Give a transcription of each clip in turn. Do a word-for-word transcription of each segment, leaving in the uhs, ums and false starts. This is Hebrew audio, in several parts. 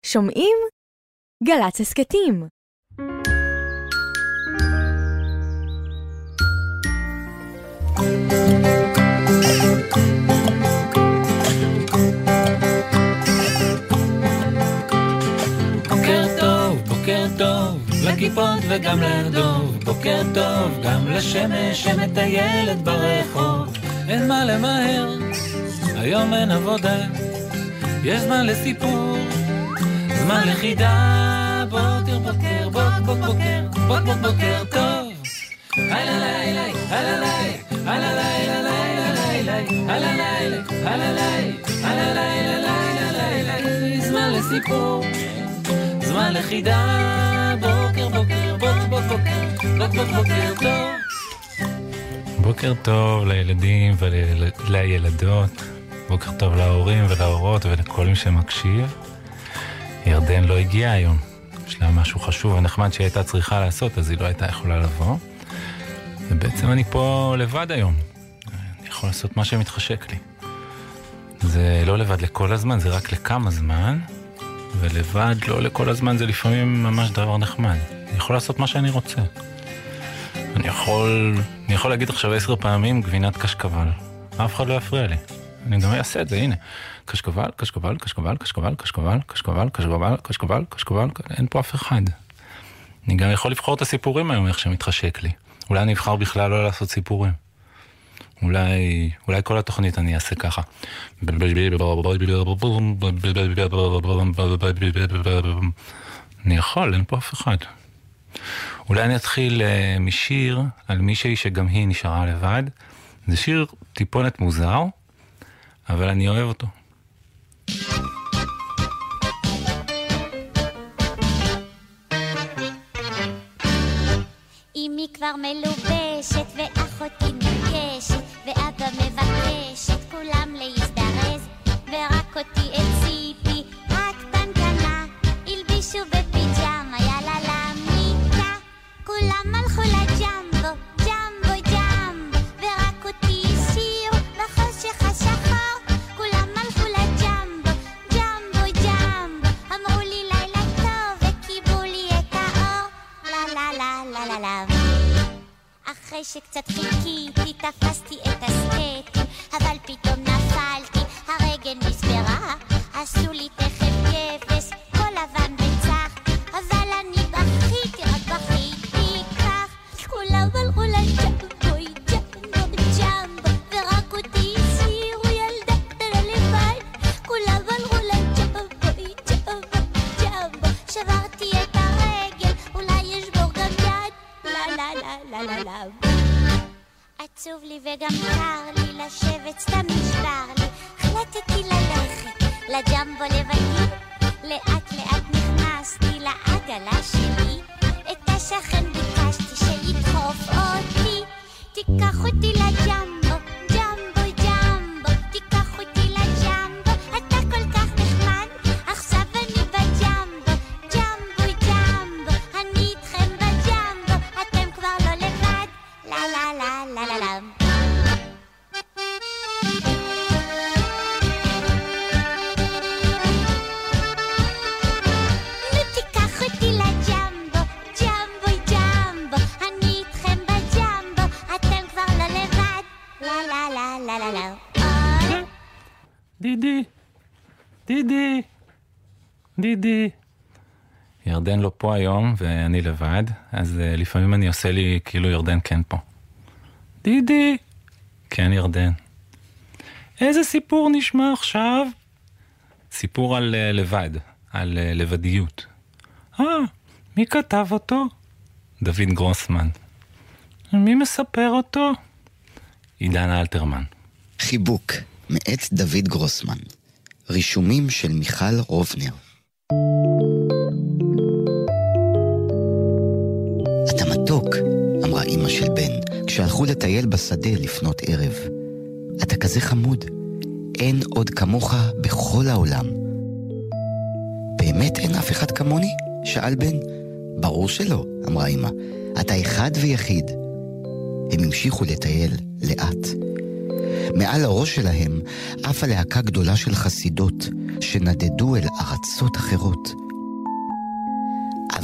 שומעים? גל"צ הסכתים. בוקר טוב, בוקר טוב, לכיפות וגם לדוב. בוקר טוב, גם לשמש שמטיילת ברחוב. אין מה למהר, היום אין עבודה, יש זמן לסיפור, זמן לחידה. בוקר בוקר, בוק בוק בוקר, בוק בוק בוקר טוב. הלא לילה, הלא לילה, הלא לילה, לילה לילה, הלא לילה, הלא לילה, הלא לילה, לילה לילה. זמן לסיפור, זמן לחידה. בוקר בוקר, בוק בוק בוקר, בוק בוק בוקר טוב. בוקר טוב לילדים ולילדות, בוקר טוב להורים ולהורות ולכל מי שמקשיב. ירדן לא הגיעה היום, יש לה משהו חשוב ונחמד שהיא הייתה צריכה לעשות, אז היא לא הייתה יכולה לבוא. ובעצם אני פה לבד היום, אני יכול לעשות מה שמתחשק לי. זה לא לבד לכל הזמן, זה רק לכמה זמן, ולבד לא לכל הזמן זה לפעמים ממש דבר נחמד. אני יכול לעשות מה שאני רוצה. אני יכול, אני יכול להגיד עכשיו עשר פעמים גבינת קשקבל. אף אחד לא יפריע לי. אני גם אעשה את זה, הנה. קשקבל, קשקבל, קשקבל, קשקבל, קשקבל, קשקבל, קשקבל, קשקבל, קשקבל, אין פה אף אחד. אני גם יכול לבחור את הסיפורים היום איך שמתחשק לי. אולי אני אבחר בכלל לא לעשות סיפורים. אולי, אולי כל התוכנית אני אעשה ככה. אני יכול, אין פה אף אחד. אולי אני אתחיל uh, משיר על מישהי שגם היא נשארה לבד. זה שיר טיפונת מוזר, אבל אני אוהב אותו. אמי כבר מלובשת ואחותי נרגשת ואבא מבקשת כולם להזדרז ורק אותי את ציפי הקטנטנה הלבישו בפיג'מה יאללה למיטה כולם הלכו לג'מבו ג'מבו ג'מבו ורק אותי השאירו בחושך השחור כולם הלכו לג'מבו ג'מבו ג'מבו אמרו לי לילה טוב וכיבו לי את האור לה לה לה לה לה לה. אחרי שקצת חיכיתי תפסתי את הסקטים אבל פתאום נפלתי הרגל נסברה עשו לי תכף גבס כל לבן וצח אבל אני בכיתי רק בכיתי כך כולם הלכו לג'מבו ג'מבו ג'מבו ורק אותי השאירו ילדה קטנה לבד כולם הלכו לג'מבו ג'מבו ג'מבו שברתי את הרגל אולי ישבור גם יד לה לה לה לה לה. עצוב לי וגם קר לי לשבת סתם נשבר לי החלטתי ללכת לג'מבו לבדי לאט לאט נכנסתי לעגלה שלי את השכן ביקשתי שידחוף אותי תיקח אותי לג'מבו ג'מבו ג'מבו תיקח אותי לג'מבו אתה כל כך נחמד עכשיו אני בג'מבו ג'מבו ג'מבו אני איתכם בג'מבו אתם כבר לא לבד לה לה לה לה לה לה. נו תיקח אותי לג'מבו ג'מבו ג'מבו אני איתכם בג'מבו אתם כבר לא לבד לה לה לה לה לה לה. דידי, דידי, דידי. ירדן לא פה היום ואני לבד, אז uh, לפעמים אני עושה לי כאילו ירדן כן פה. דידי. כן ירדן. איזה סיפור נשמע עכשיו? סיפור על uh, לבד, על uh, לבדיות. אה, מי כתב אותו? דוד גרוסמן. מי מספר אותו? עידן אלתרמן. חיבוק, מאת דוד גרוסמן. רישומים של מיכל רובנר. אתה מתוק, אמרה אמא של בן, כשהלכו לטייל בשדה לפנות ערב. אתה כזה חמוד, אין עוד כמוך בכל העולם. באמת אין אף אחד כמוני? שאל בן. ברור שלא, אמרה אמא, אתה אחד ויחיד. הם המשיכו לטייל לאט. מעל הראש שלהם אף הלהקה גדולה של חסידות שנדדו אל ארצות אחרות.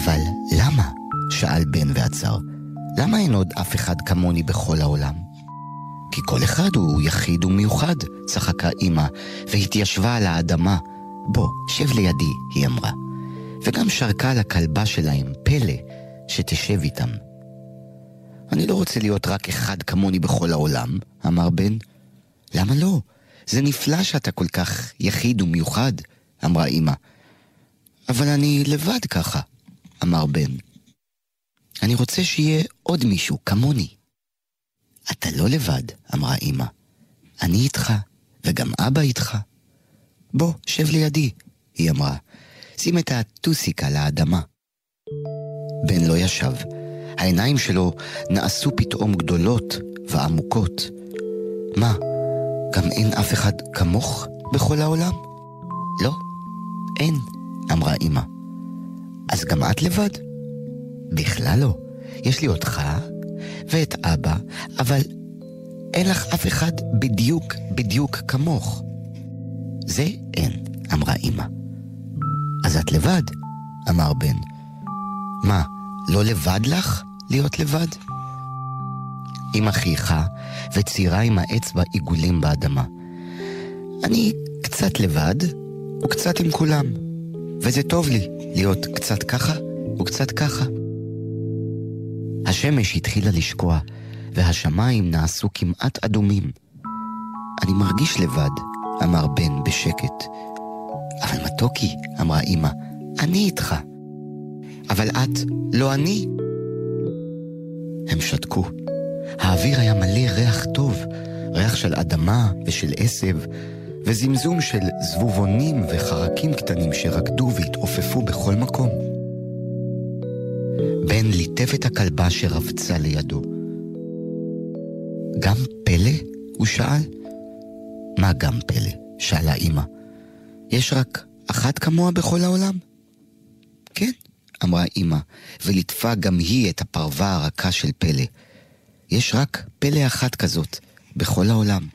אבל למה? שאל בן ועצר. למה אין עוד אף אחד כמוני בכל העולם? כי כל אחד הוא יחיד ומיוחד, צחקה אמא, והתיישבה על האדמה. בוא, שב לידי, היא אמרה. וגם שרקה לכלבה שלהם, פלא, שתשב איתם. אני לא רוצה להיות רק אחד כמוני בכל העולם, אמר בן. למה לא? זה נפלא שאתה כל כך יחיד ומיוחד, אמרה אמא. אבל אני לבד ככה, אמר בן. אני רוצה שיהיה עוד מישהו כמוני. אתה לא לבד, אמרה אמא. אני איתך, וגם אבא איתך. בוא, שב לידי, היא אמרה. שים את הטוסיק על האדמה. בן לא ישב. העיניים שלו נעשו פתאום גדולות ועמוקות. מה, גם אין אף אחד כמוך בכל העולם? לא, אין, אמרה אמא. אז גם את לבד? בכלל לא. יש לי אותך ואת אבא, אבל אין לך אף אחד בדיוק, בדיוק כמוך. זה אין, אמרה אמא. אז את לבד, אמר בן. מה, לא לבד לך להיות לבד? אמא חייכה וציירה עם האצבע עיגולים באדמה. אני קצת לבד וקצת עם כולם, וזה טוב לי להיות קצת ככה וקצת ככה. השמש התחילה לשקוע והשמיים נעשו כמעט אדומים. אני מרגיש לבד, אמר בן בשקט. אבל מתוקי, אמרה אמא, אני איתך. אבל את לא אני. הם שתקו. האוויר היה מלא ריח טוב, ריח של אדמה ושל עשב, וזמזום של זבובונים וחרקים קטנים שרקדו והתעופפו בכל מקום. בן ליטף את הכלבה שרבצה לידו. גם פלא? הוא שאל. מה גם פלא? שאלה אמא. יש רק אחת כמוה בכל העולם? כן, אמרה אמא, וליטפה גם היא את הפרווה הרכה של פלא. יש רק פלא אחת כזאת בכל העולם.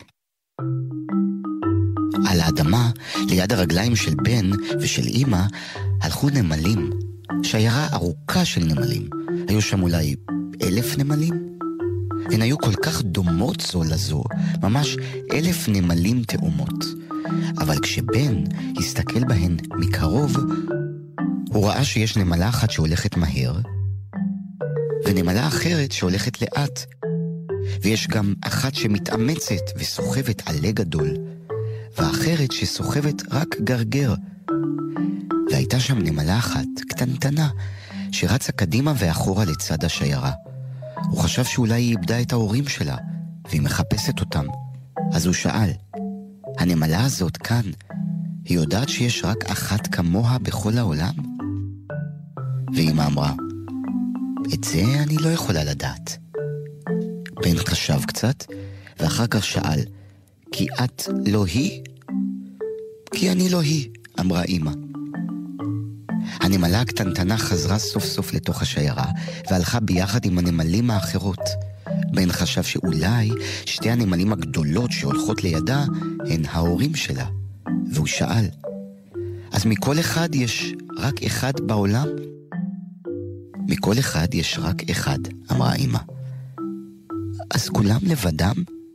על האדמה, ליד הרגליים של בן ושל אמא, הלכו נמלים. שיירה ארוכה של נמלים. היו שם אולי אלף נמלים? הן היו כל כך דומות זו לזו, ממש אלף נמלים תאומות. אבל כשבן הסתכל בהן מקרוב, הוא ראה שיש נמלה אחת שהולכת מהר, ונמלה אחרת שהולכת לאט. ויש גם אחת שמתאמצת וסוחבת עלה גדול, ואחרת שסוחבת רק גרגר. והייתה שם נמלה אחת, קטנטנה, שרצה קדימה ואחורה לצד השיירה. הוא חשב שאולי היא איבדה את ההורים שלה, והיא מחפשת אותם. אז הוא שאל, הנמלה הזאת כאן, היא יודעת שיש רק אחת כמוה בכל העולם? ואמא אמרה, את זה אני לא יכולה לדעת. בן חשב קצת, ואחר כך שאל, כי את לא היא? כי אני לא היא, אמרה אמא. הנמלה הקטנטנה חזרה סוף סוף לתוך השיירה, והלכה ביחד עם הנמלים האחרות. בן חשב שאולי שתי הנמלים הגדולות שהולכות לידה הן ההורים שלה. והוא שאל, אז מכל אחד יש רק אחד בעולם? מכל אחד יש רק אחד, אמרה אמא. אז כולם לבדם?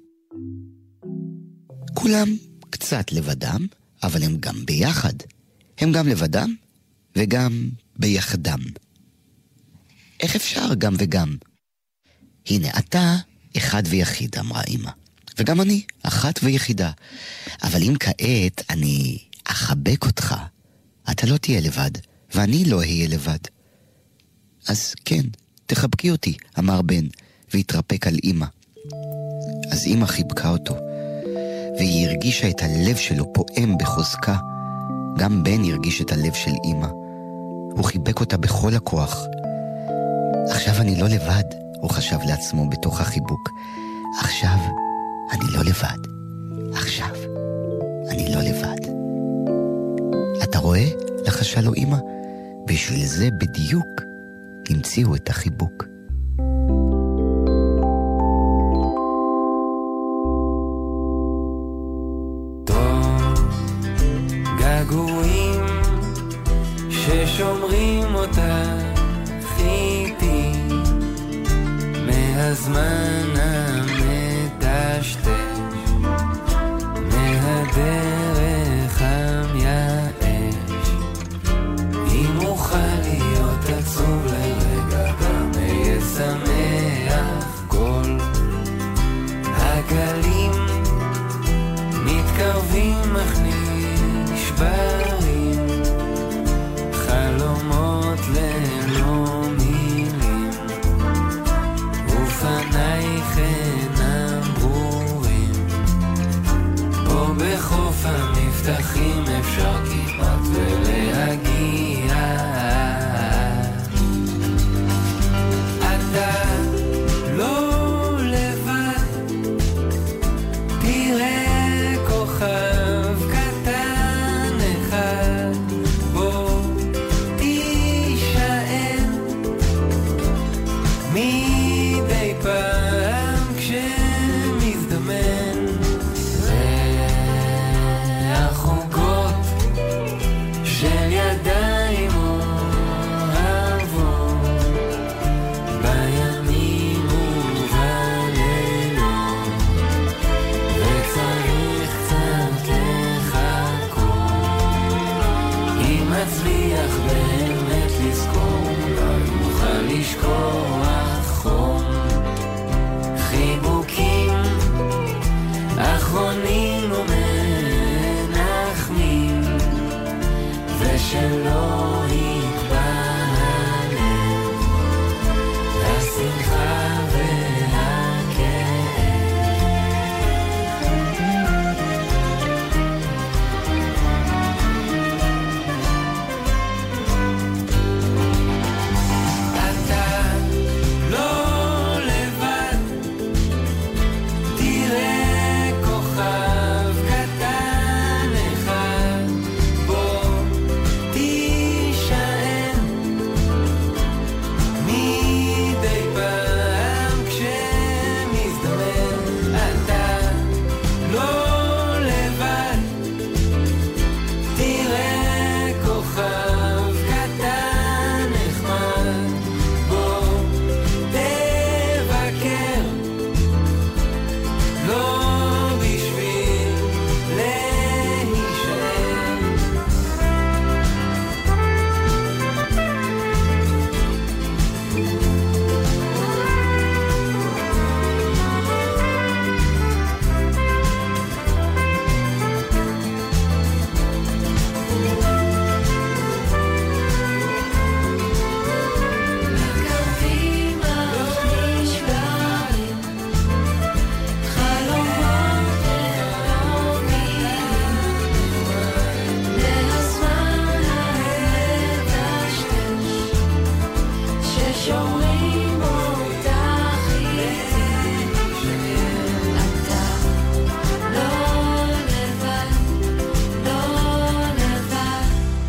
כולם קצת לבדם, אבל הם גם ביחד. הם גם לבדם וגם ביחדם. איך אפשר גם וגם? הנה אתה אחד ויחיד, אמרה אמא. וגם אני, אחת ויחידה. אבל אם כעת אני אחבק אותך, אתה לא תהיה לבד, ואני לא אהיה לבד. אז כן, תחבקי אותי, אמר בן, והתרפק על אמא. אז אמא חיבקה אותו, והיא הרגישה את הלב שלו פועם בחוזקה. גם בן הרגיש את הלב של אמא. הוא חיבק אותה בכל הכוח. עכשיו אני לא לבד, הוא חשב לעצמו בתוך החיבוק. עכשיו אני לא לבד. עכשיו אני לא לבד. אתה רואה? לחשה לו אמא. בשביל זה בדיוק המציאו את החיבוק. געגועים ששומרים אותה הזמן המדשדש מהדרך המייאש אם אוכל להיות עצוב לרגע גם אהיה שמח כל הגלים מתקרבים אך נשברים חלומות ללא מילים ופנייך אינם ברורים פה בחוף המבטחים אפשר כמעט ולהגיע אתה לא לבד תראה כוכב קטן אחד בו תישען מדי פעם כשמזדמן והחוגות של ידיים אוהבות בימים ובלילות וצריך קצת לחכות אם מצליח באמת לזכור אולי נוכל לשכוח חום חיבוקים אחרונים ומנחמים ושלא יקבע הלב השמחה אתה לא לבד תראה כוכב קטן אחד בו תישען מדי פעם כשמזדמן אתה לא לבד תראה כוכב קטן נחמד בו תבקר לא בשביל להישאר הקווים הנשברים חלומות ללא מילים והזמן המדשדש ששומרים אותך איתי אתה לא לבד לא לבד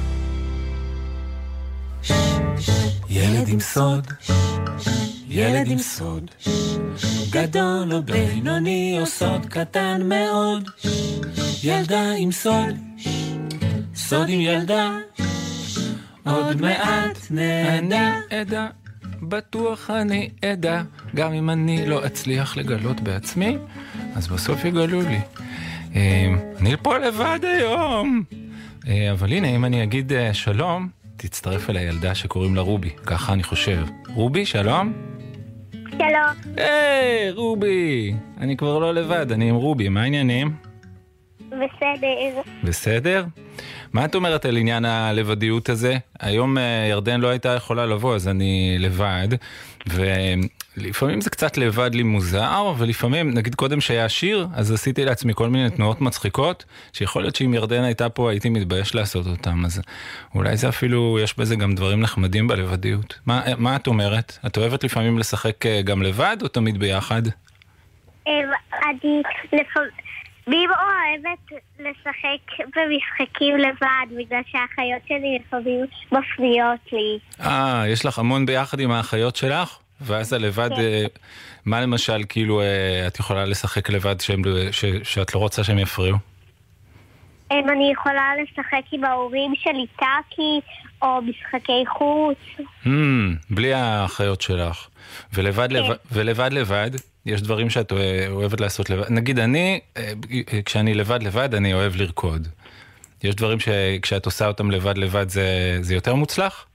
ילד עם סוד, ילד עם סוד, גדול או בינוני או סוד קטן מאוד, ילדה עם סוד, סוד עם ילדה, עוד מעט נדע. עדה, בטוח אני עדה, גם אם אני לא אצליח לגלות בעצמי, אז בסוף יגלו לי. אה, אני פה לבד היום. אה, אבל הנה, אם אני אגיד אה, שלום, תצטרף אל הילדה שקוראים לה רובי, ככה אני חושב. רובי, שלום? שלום. היי, רובי, אני כבר לא לבד, אני עם רובי, מה העניינים? בסדר. בסדר? מה את אומרת על עניין הלבדיות הזה? היום אה, ירדן לא הייתה יכולה לבוא, אז אני לבד, ולפעמים זה קצת לבד לי מוזר, ולפעמים, נגיד קודם שהיה שיר, אז עשיתי לעצמי כל מיני תנועות מצחיקות, שיכול להיות שאם ירדן הייתה פה הייתי מתבייש לעשות אותם, אז אולי זה אפילו, יש בזה גם דברים נחמדים בלבדיות. מה, מה את אומרת? את אוהבת לפעמים לשחק גם לבד, או תמיד ביחד? אני לפעמים... בי אוהבת לשחק במשחקים לבד, בגלל שהאחיות שלי לפעמים מפריעות לי. אה, יש לך המון ביחד עם האחיות שלך? ואז הלבד, כן. מה למשל, כאילו, את יכולה לשחק לבד שהם, ש, שאת לא רוצה שהם יפריעו? אם אני יכולה לשחק עם ההורים שלי טאקי או משחקי חוץ. Hmm, בלי האחיות שלך. ולבד, כן. לבד, ולבד לבד, יש דברים שאת אוהבת לעשות לבד. נגיד אני, אה, כשאני לבד לבד, אני אוהב לרקוד. יש דברים שכשאת עושה אותם לבד לבד זה, זה יותר מוצלח?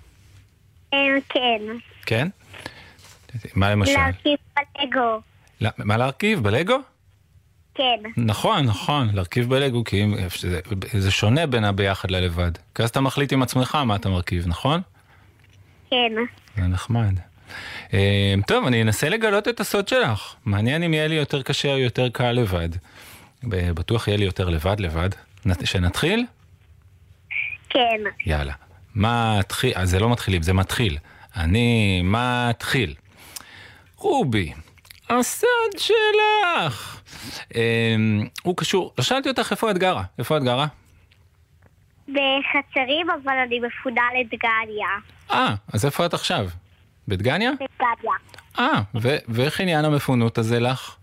אמ, כן. כן? מה למשל? להרכיב בלגו. לא, מה להרכיב? בלגו? כן. נכון, נכון, להרכיב בלגו, כי אם- זה, זה שונה בין הביחד ללבד. כי אז אתה מחליט עם עצמך מה אתה מרכיב, נכון? כן. זה נחמד. אה, טוב, אני אנסה לגלות את הסוד שלך. מעניין אם יהיה לי יותר קשה או יותר קל לבד. ב- בטוח יהיה לי יותר לבד לבד. נת- שנתחיל? כן. יאללה. מה התחיל? אז זה לא מתחילים, זה מתחיל. אני מתחיל. רובי, הסוד שלך. אה, הוא קשור, לא שאלתי אותך איפה את גרה. איפה את גרה? בחצרים, אבל אני מפונה לדגניה. אה, אז איפה את עכשיו? בדגניה? בדגניה. אה, ו- ואיך עניין המפונות הזה לך?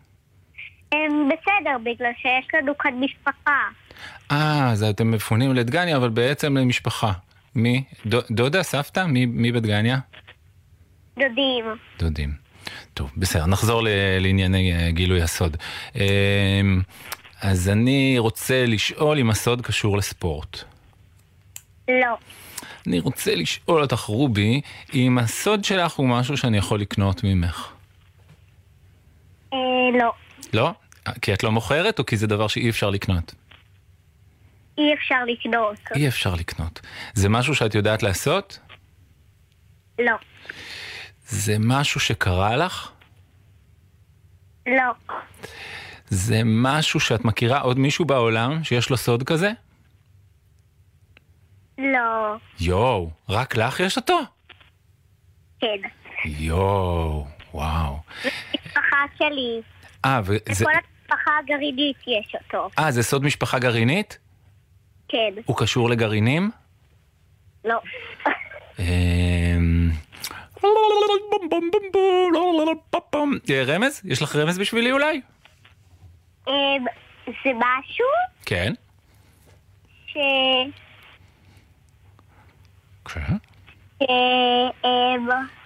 אמ, בסדר, בגלל שיש לנו כאן משפחה. אה, אז אתם מפונים לדגניה, אבל בעצם למשפחה. מי? דו- דודה, סבתא? מי, מי בדגניה? דודים. דודים. טוב, בסדר, נחזור ל- לענייני אה, גילוי הסוד. אה, אז אני רוצה לשאול אם הסוד קשור לספורט. לא. אני רוצה לשאול אותך, רובי, אם הסוד שלך הוא משהו שאני יכול לקנות ממך. אה, לא. לא? כי את לא מוכרת או כי זה דבר שאי אפשר לקנות? אי אפשר לקנות. אי אפשר לקנות. זה משהו שאת יודעת לעשות? לא. זה משהו שקרה לך? לא. זה משהו שאת מכירה עוד מישהו בעולם שיש לו סוד כזה? לא. יואו, רק לך יש אותו? כן. יואו, וואו. משפחה שלי. אה, וזה... לכל המשפחה הגרעינית יש אותו. אה, זה סוד משפחה גרעינית? כן. הוא קשור לגרעינים? לא. אמ, אה, רמז? יש לך רמז בשבילי אולי? אמ, זה משהו כן. ש... כן. ש... אמ,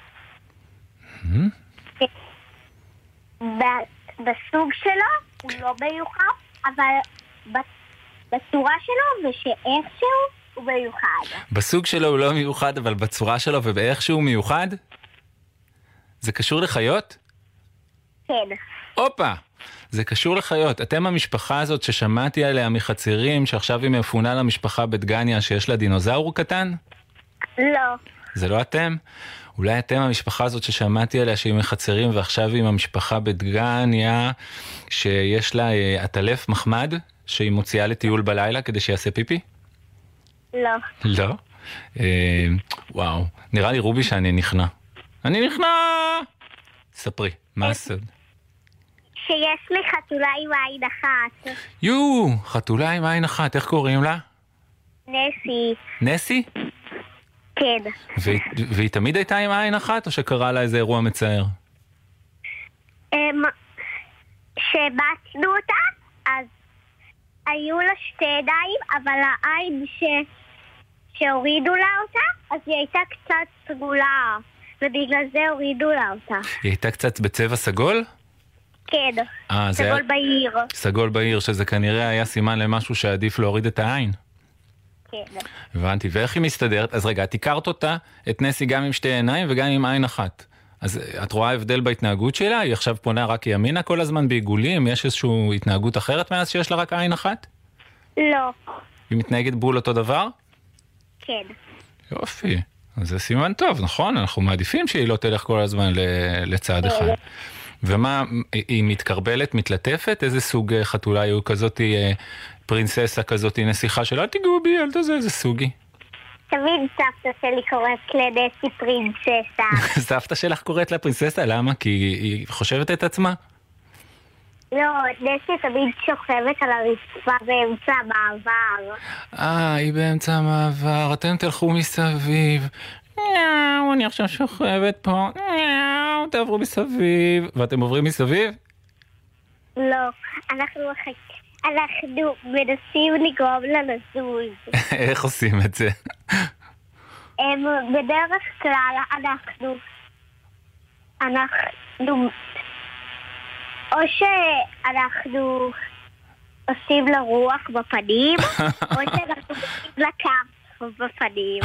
ב- בסוג שלו הוא לא מיוחד, אבל ב- בצורה שלו ושאיכשהו הוא מיוחד. בסוג שלו הוא לא מיוחד, אבל בצורה שלו ובאיכשהו מיוחד? זה קשור לחיות? כן. הופה! זה קשור לחיות. אתם המשפחה הזאת ששמעתי עליה מחצירים, שעכשיו היא מפונה למשפחה בדגניה שיש לה דינוזאור קטן? לא. זה לא אתם? אולי אתם המשפחה הזאת ששמעתי עליה שהיא מחצירים ועכשיו היא עם המשפחה בדגניה שיש לה אה, עטלף מחמד שהיא מוציאה לטיול בלילה כדי שיעשה פיפי? לא. לא? אה, וואו, נראה לי רובי שאני נכנע. אני נכנע! ספרי, מה הסוד? שיש לי חתולה עם עין אחת. יו, חתולה עם עין אחת, איך קוראים לה? נסי. נסי? כן. והיא, והיא תמיד הייתה עם עין אחת או שקרה לה איזה אירוע מצער? אמ, שבצנו אותה, אז היו לה שתי ידיים, אבל העין ש... שהורידו לה אותה, אז היא הייתה קצת סגולה, ובגלל זה הורידו לה אותה. היא הייתה קצת בצבע סגול? כן. אה, זה סגול היה... בעיר. סגול בעיר, שזה כנראה היה סימן למשהו שעדיף להוריד את העין. כן. הבנתי, ואיך היא מסתדרת? אז רגע, את הכרת אותה, את נסי גם עם שתי עיניים וגם עם עין אחת. אז את רואה הבדל בהתנהגות שלה? היא עכשיו פונה רק ימינה כל הזמן בעיגולים? יש איזושהי התנהגות אחרת מאז שיש לה רק עין אחת? לא. היא מתנהגת בול אותו דבר? כן. יופי. אז זה סימן טוב, נכון? אנחנו מעדיפים שהיא לא תלך כל הזמן ל- לצד אחד. ומה, היא מתקרבלת, מתלטפת? איזה סוג אה, חתולה היא? כזאת אה, פרינססה כזאת, נסיכה של אל תיגעו בי, אל תזה, איזה סוג היא? תמיד סבתא שלי קוראת לנסי פרינססה. סבתא שלך קוראת לה פרינססה? למה? כי היא היא חושבת את עצמה? לא, נסי תמיד שוכבת על הרצפה באמצע המעבר. אה, היא באמצע המעבר, אתם תלכו מסביב. ניאו, אני עכשיו שוכבת פה. ניאו, תעברו מסביב. ואתם עוברים מסביב? לא, אנחנו, מחכ... אנחנו מנסים לגרום לה לזוז. איך עושים את זה? הם, בדרך כלל אנחנו, אנחנו, או שאנחנו עושים לה רוח בפנים, או שאנחנו עושים לה כף בפנים.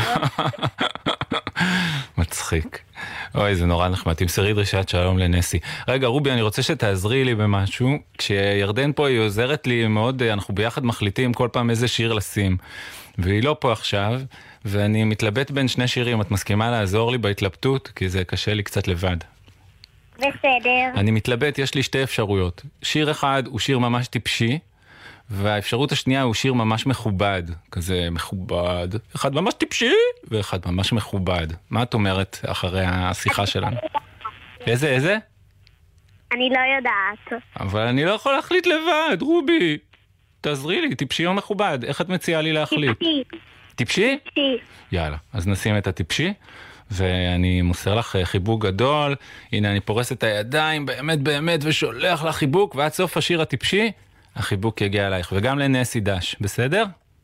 מצחיק. אוי, זה נורא נחמד. תמסרי דרישת שלום לנסי. רגע, רובי, אני רוצה שתעזרי לי במשהו. כשירדן פה היא עוזרת לי מאוד, אנחנו ביחד מחליטים כל פעם איזה שיר לשים. והיא לא פה עכשיו, ואני מתלבט בין שני שירים. את מסכימה לעזור לי בהתלבטות? כי זה קשה לי קצת לבד. בסדר. אני מתלבט, יש לי שתי אפשרויות. שיר אחד הוא שיר ממש טיפשי, והאפשרות השנייה הוא שיר ממש מכובד, כזה מכובד, אחד ממש טיפשי ואחד ממש מכובד. מה את אומרת אחרי השיחה שלנו? איזה, איזה? אני לא יודעת. אבל אני לא יכול להחליט לבד, רובי. תעזרי לי, טיפשי או מכובד, איך את מציעה לי להחליט? טיפשי. טיפשי? טיפשי. יאללה, אז נשים את הטיפשי, ואני מוסר לך חיבוק גדול. הנה, אני פורס את הידיים באמת באמת ושולח לך חיבוק, ועד סוף השיר הטיפשי, החיבוק יגיע אלייך, וגם לנסי דש, בסדר?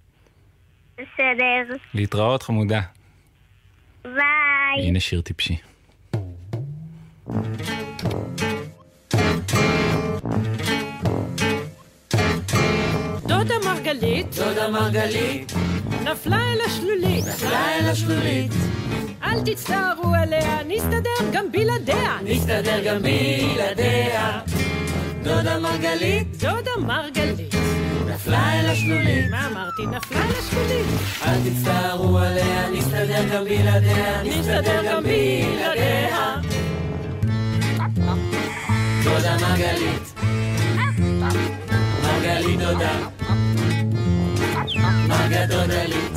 בסדר. להתראות חמודה. ביי. הנה שיר טיפשי. דודה מרגלית, דודה מרגלית, נפלה אל השלולית, נפלה אל השלולית, אל תצטערו עליה, נסתדר גם בלעדיה. נסתדר גם בלעדיה. דודה מרגלית, דודה מרגלית, נפלה אל השלולית, מה אמרתי? נפלה אל השלולית, אל תצטערו עליה, נסתדר גם בלעדיה, נסתדר גם בלעדיה. דודה מרגלית, מרגלית דודה, מרגה דודלית,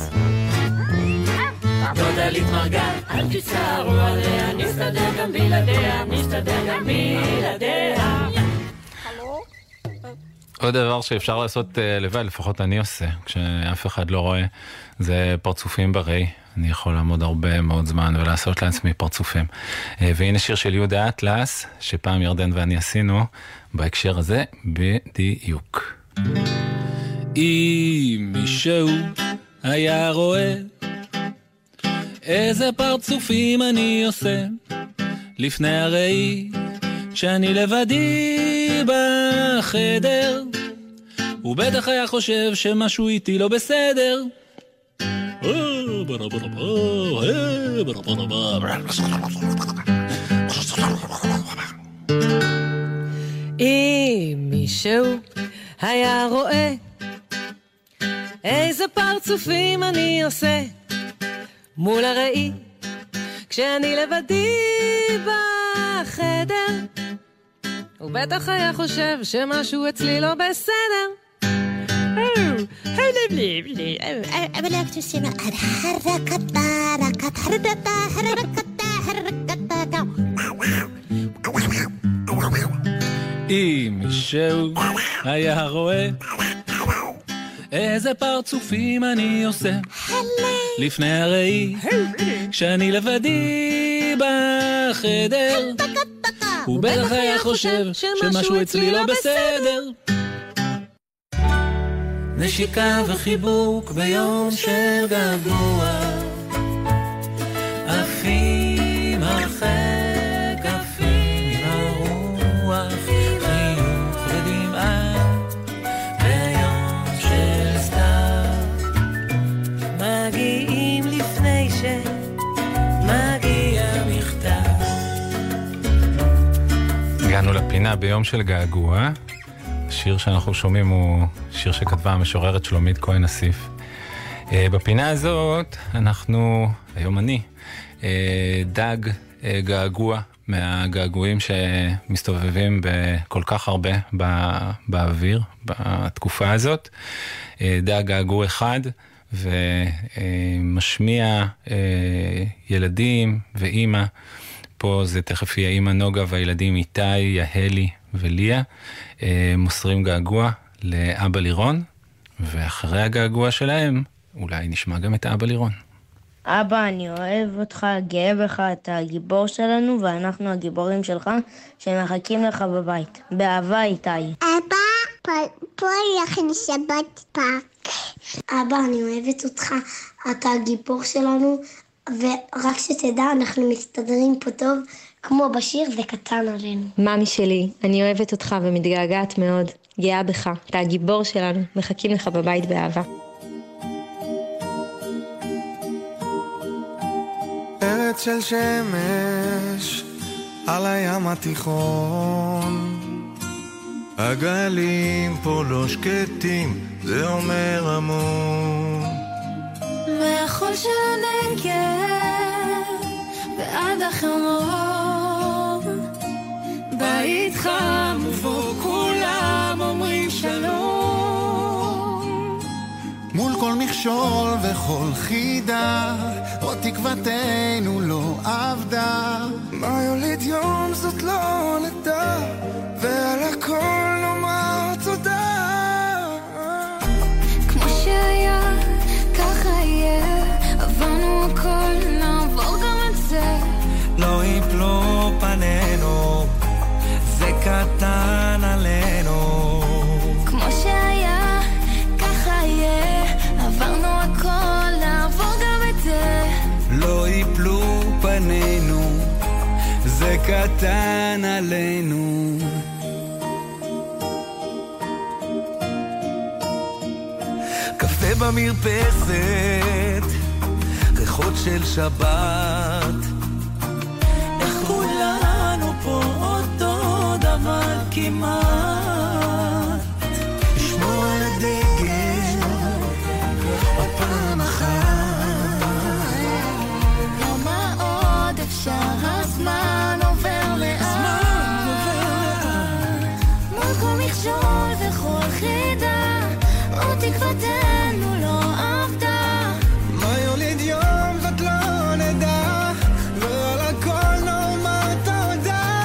דודלית מרגה, אל תצטערו עליה, נסתדר גם בלעדיה, נסתדר גם בלעדיה. עוד דבר שאפשר לעשות uh, לבד, לפחות אני עושה, כשאף אחד לא רואה, זה פרצופים בראי. אני יכול לעמוד הרבה מאוד זמן ולעשות לעצמי פרצופים. Uh, והנה שיר של יהודה אטלס, שפעם ירדן ואני עשינו, בהקשר הזה בדיוק. אם מישהו היה רואה איזה פרצופים אני עושה לפני הראי, כשאני לבדי בחדר, הוא בטח היה חושב שמשהו איתי לא בסדר. אם מישהו היה רואה איזה פרצופים אני עושה מול הראי, כשאני לבדי בחדר, הוא בטח היה חושב שמשהו אצלי לא בסדר. אבל רק תשימה עד חרקתה, רקת חרקתה, חרקתה, חרקתה. אם מישהו היה רואה איזה פרצופים אני עושה לפני הראי, כשאני לבדי בחדר, הוא בטח היה חושב שמשהו אצלי לא בסדר. נשיקה וחיבוק ביום של געגוע, עפים הרחק, עפים עם הרוח, חיוך ודמעה ביום של סתיו, מגיעים לפני שמגיע מכתב. הגענו לפינה ביום של געגוע. השיר שאנחנו שומעים הוא שיר שכתבה המשוררת שלומית כהן אסיף. בפינה הזאת אנחנו, היום אני, דג געגוע מהגעגועים שמסתובבים בכל כך הרבה באוויר בתקופה הזאת. דג געגוע אחד ומשמיע ילדים ואימא. פה זה תכף יהיה אימא נוגה והילדים איתי, יהלי וליה, מוסרים געגוע לאבא לירון, ואחרי הגעגוע שלהם אולי נשמע גם את אבא לירון. אבא, אני אוהב אותך, גאה בך, אתה הגיבור שלנו ואנחנו הגיבורים שלך שמחכים לך בבית. באהבה איתי. אבא, פה לכם שבת פארק. אבא, אני אוהבת אותך, אתה הגיבור שלנו, ורק שתדע, אנחנו מסתדרים פה טוב, כמו בשיר, זה קטן עלינו. ממי שלי, אני אוהבת אותך ומתגעגעת מאוד. גאה בך, אתה הגיבור שלנו, מחכים לך בבית באהבה. ארץ של שמש על הים התיכון, הגלים פה לא שקטים, זה אומר המון. מהחול של הנגב ועד החרמון, בית חם ובו כולם אומרים שלום. מול כל מכשול וכל חידה, עוד תקוותנו לא עבדה. מה יוליד יום זאת לא נדע, ועל הכל נאמר תודה. כמו שהיה, ככה יהיה, עברנו הכל, נעבור גם את זה. לא יפלו פנינו, זה קטן עלינו. כמו שהיה, ככה יהיה, עברנו הכל, נעבור גם את זה. לא יפלו פנינו, זה קטן עלינו. קפה במרפסת, ריחות של שבת, איך כולנו פה אותו דבר כמעט. לשמור על הדגל עוד פעם אחת. כמה עוד אפשר, הזמן עובר לאט, מול כל מכשול וכל חידה, עוד תקוותנו לא עבדה. מה יוליד יום זאת לא נדע, ועל הכל נאמר תודה.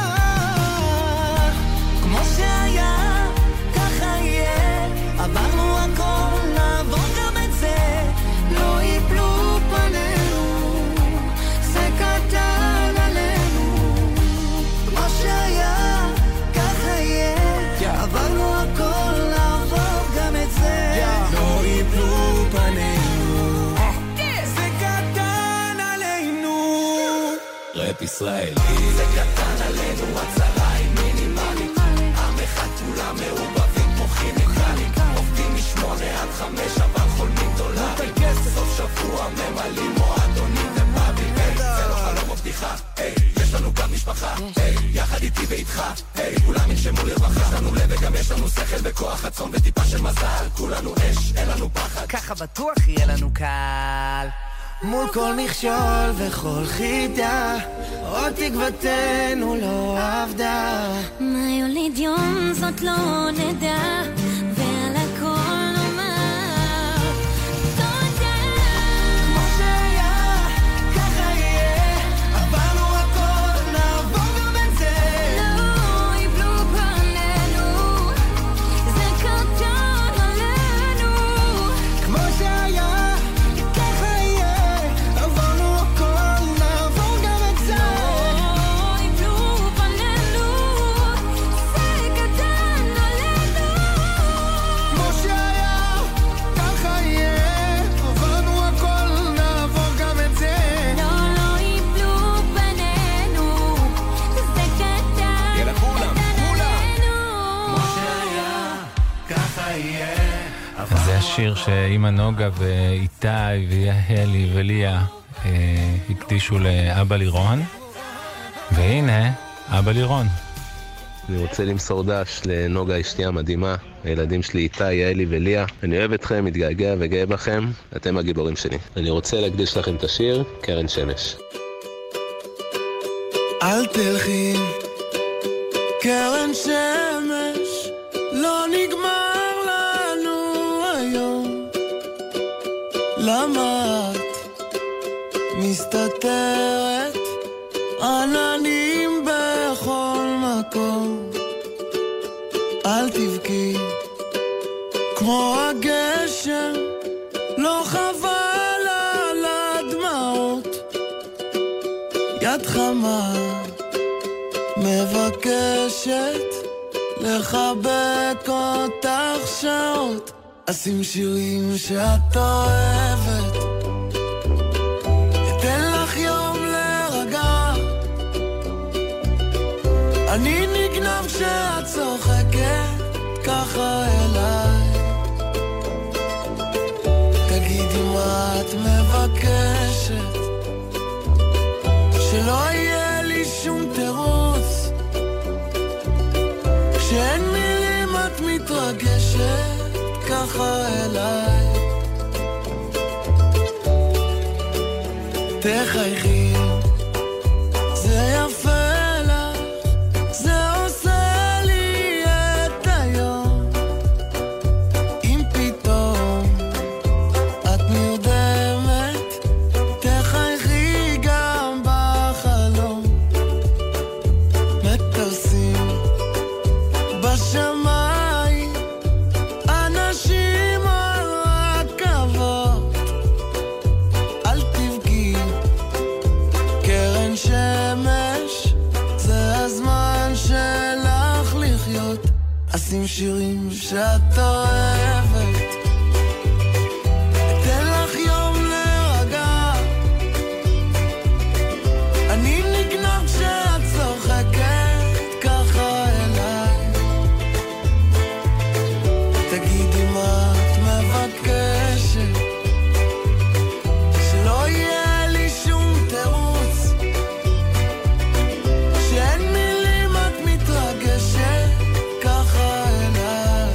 כמו שהיה, ככה יהיה, עברנו הכל, נעבור גם את זה. לא יפלו פנינו, זה קטן עלינו. כמו שהיה, ככה יהיה, עברנו הכל, נעבור גם את זה. לא יפלו פנינו, זה קטן עלינו. רפ ישראלי, זה קטן עלינו, הצלה היא מינימלית. עם אחד כולם מעובבים כמו כימיקלים, עובדים משמונה עד חמש אבל חולמים דולרים. סוף שבוע ממלאים מועדונים ובאבים. זה לא חלום או בדיחה, יש לנו גם משפחה, יחד איתי ואיתך, כולם ינשמו לרווחה. יש לנו לב וגם יש לנו שכל וכוח רצון וטיפה של מזל. כולנו אש, אין לנו פחד, ככה בטוח יהיה לנו קל. מול כל מכשול וכל חידה, עוד תקוותנו לא עבדה. מה יוליד יום זאת לא נדע, ועל הכל נאמר תודה. כמו שהיה, ככה יהיה, עברנו הכל, נעבור גם את זה. לא יפלו פנינו, זה קטן עלינו. כמו שהיה, ככה יהיה, עברנו הכל, נעבור גם את זה. לא יפלו פנינו, זה קטן עלינו. כמו שהיה, ככה יהיה, עברנו הכל, נעבור גם את זה. לא, לא יפלו פנינו, זה קטן, יאללה, כולם, קטן כולם. עלינו. כמו שהיה, ככה יהיה. אז זה השיר שאמא נוגה ואיתי ויהלי וליה אה, הקדישו לאבא לירון, והנה אבא לירון. אני רוצה למסור דש לנוגה אשתי המדהימה, הילדים שלי איתי, יעלי וליה. אני אוהב אתכם, מתגעגע וגאה בכם, אתם הגיבורים שלי. אני רוצה להקדיש לכם את השיר קרן שמש. אל תלכי, קרן שמש, לא נגמר לנו היום. למה את מסתתרת, עננים בכל מקום. אל תבכי, כמו הגשם, לא חבל על הדמעות. יד חמה מבקשת לחבק אותך שעות, אשים שירים שאת אוהבת, אתן לך יום להירגע, אני נגנב כשאת צוחקת ככה אליי, תגידי מה את מבקשת, שלא יהיה לי שום תירוץ, כשאין מילים את מתרגשת ככה אליי, תחייכי, זה יפה לך, זה עושה לי את היום, אם פתאום את נרדמת, תחייכי גם בחלום, מטוסים בשמיים, אנשים על רכבות, אל תבכי, קרן שמש, זה הזמן שלך לחיות, אשים שירים שאת אוהבת, אתן לך יום להירגע, אני נגנב כשאת צוחקת ככה אליי, תגידי מה את מבקשת, שלא יהיה לי שום תירוץ, שאין מילים את מתרגשת ככה אליי,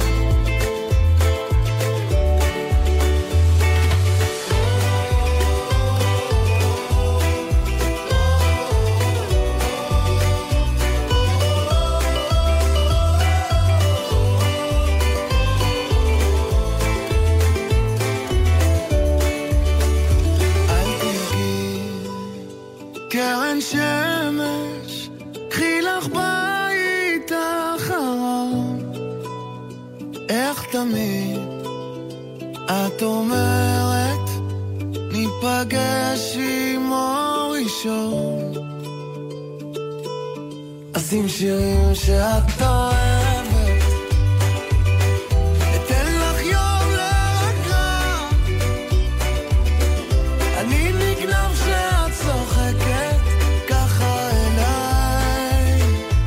אל תבכי, קרן שמש, קחי לך בית אחרון, איך תמיד את אומרת, ניפגש עם אור ראשון, אשים שירים שאת אוהבת, אתן לך יום להירגע, אני נגנב כשאת צוחקת ככה אליי,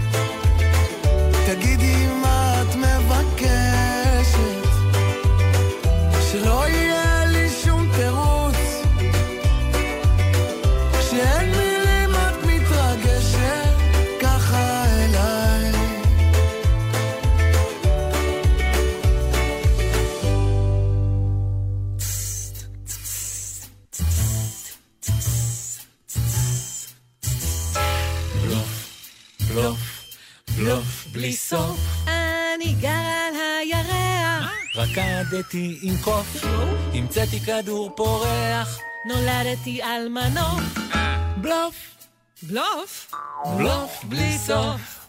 תגידי מה את מבקשת, שלא יהיה לי שום תירוץ, כשאין מילים את מתרגשת ככה אליי, בלוף, בלוף בלי סוף, אני גר על הירח, רקדתי עם קוף, המצאתי כדור פורח, נולדתי על מנוף, בלוף, בלוף, בלוף בלי סוף.